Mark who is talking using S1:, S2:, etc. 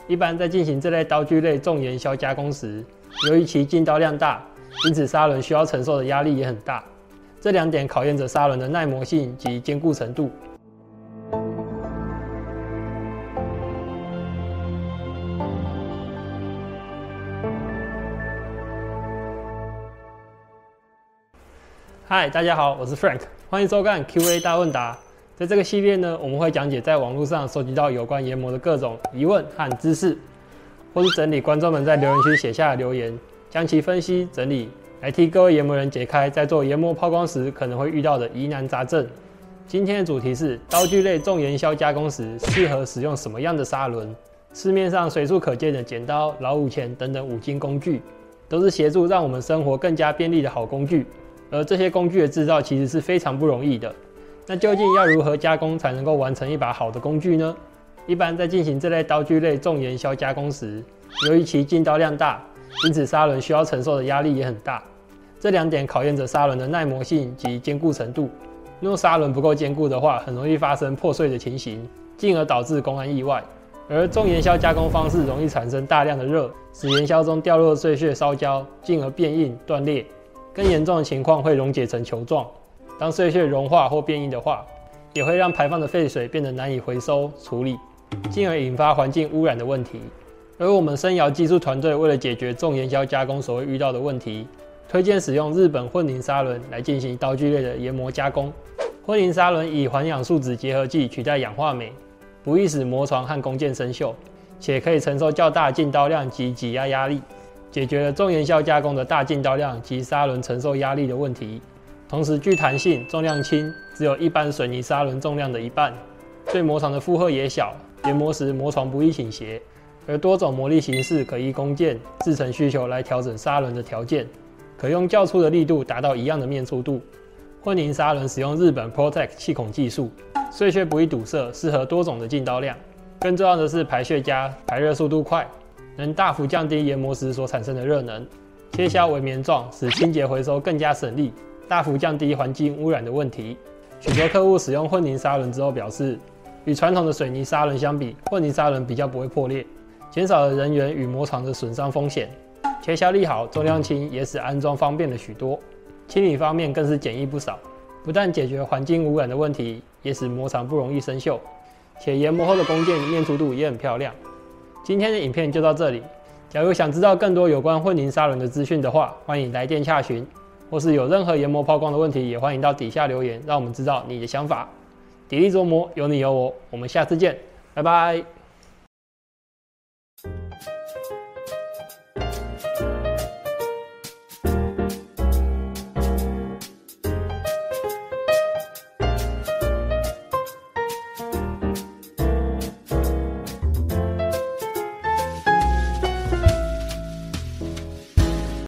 S1: 一般在进行这类刀具类重研削加工时，由于其进刀量大，因此砂轮需要承受的压力也很大。这两点考验着砂轮的耐磨性及坚固程度。嗨，大家好，我是 Frank， 欢迎收看 Q&A 大问答。在这个系列呢，我们会讲解在网络上收集到有关研磨的各种疑问和知识，或是整理观众们在留言区写下的留言，将其分析整理，来替各位研磨人解开在做研磨抛光时可能会遇到的疑难杂症。今天的主题是刀具类重研削加工时适合使用什么样的砂轮？市面上随处可见的剪刀、老五钳等等五金工具，都是协助让我们生活更加便利的好工具。而这些工具的制造其实是非常不容易的。那究竟要如何加工才能够完成一把好的工具呢？一般在进行这类刀具类重研削加工时，由于其进刀量大，因此砂轮需要承受的压力也很大。这两点考验着砂轮的耐磨性及坚固程度。若砂轮不够坚固的话，很容易发生破碎的情形，进而导致工安意外。而重研削加工方式容易产生大量的热，使研削中掉落的碎屑烧焦，进而变硬断裂。更严重的情况会溶解成球状。当碎屑融化或变硬的话，也会让排放的废水变得难以回收处理，进而引发环境污染的问题。而我们生窑技术团队为了解决重研削加工所会遇到的问题，推荐使用日本混凝砂轮来进行刀具类的研磨加工。混凝砂轮以环氧树脂结合剂取代氧化镁，不易使磨床和工件生锈，且可以承受较大进刀量及挤压压力，解决了重研削加工的大进刀量及砂轮承受压力的问题。同时具弹性，重量轻，只有一般水泥砂轮重量的一半，对磨床的负荷也小，研磨时磨床不易倾斜。而多种磨砺形式可依工件、制程需求来调整砂轮的条件，可用较粗的力度达到一样的面粗度。混凝砂轮使用日本 Protect 气孔技术，碎屑不易堵塞，适合多种的进刀量。更重要的是排屑佳，排热速度快，能大幅降低研磨时所产生的热能，切削为棉状，使清洁回收更加省力，大幅降低环境污染的问题。许多客户使用混凝砂轮之后表示，与传统的水泥砂轮相比，混凝砂轮比较不会破裂，减少了人员与磨床的损伤风险。切削力好，重量轻，也使安装方便了许多。清理方面更是简易不少，不但解决环境污染的问题，也使磨床不容易生锈，且研磨后的工件面粗度也很漂亮。今天的影片就到这里。假如想知道更多有关混凝砂轮的资讯的话，欢迎来电洽询，或是有任何研磨抛光的问题，也欢迎到底下留言，让我们知道你的想法。砥砺琢磨，有你有我，我们下次见，拜拜。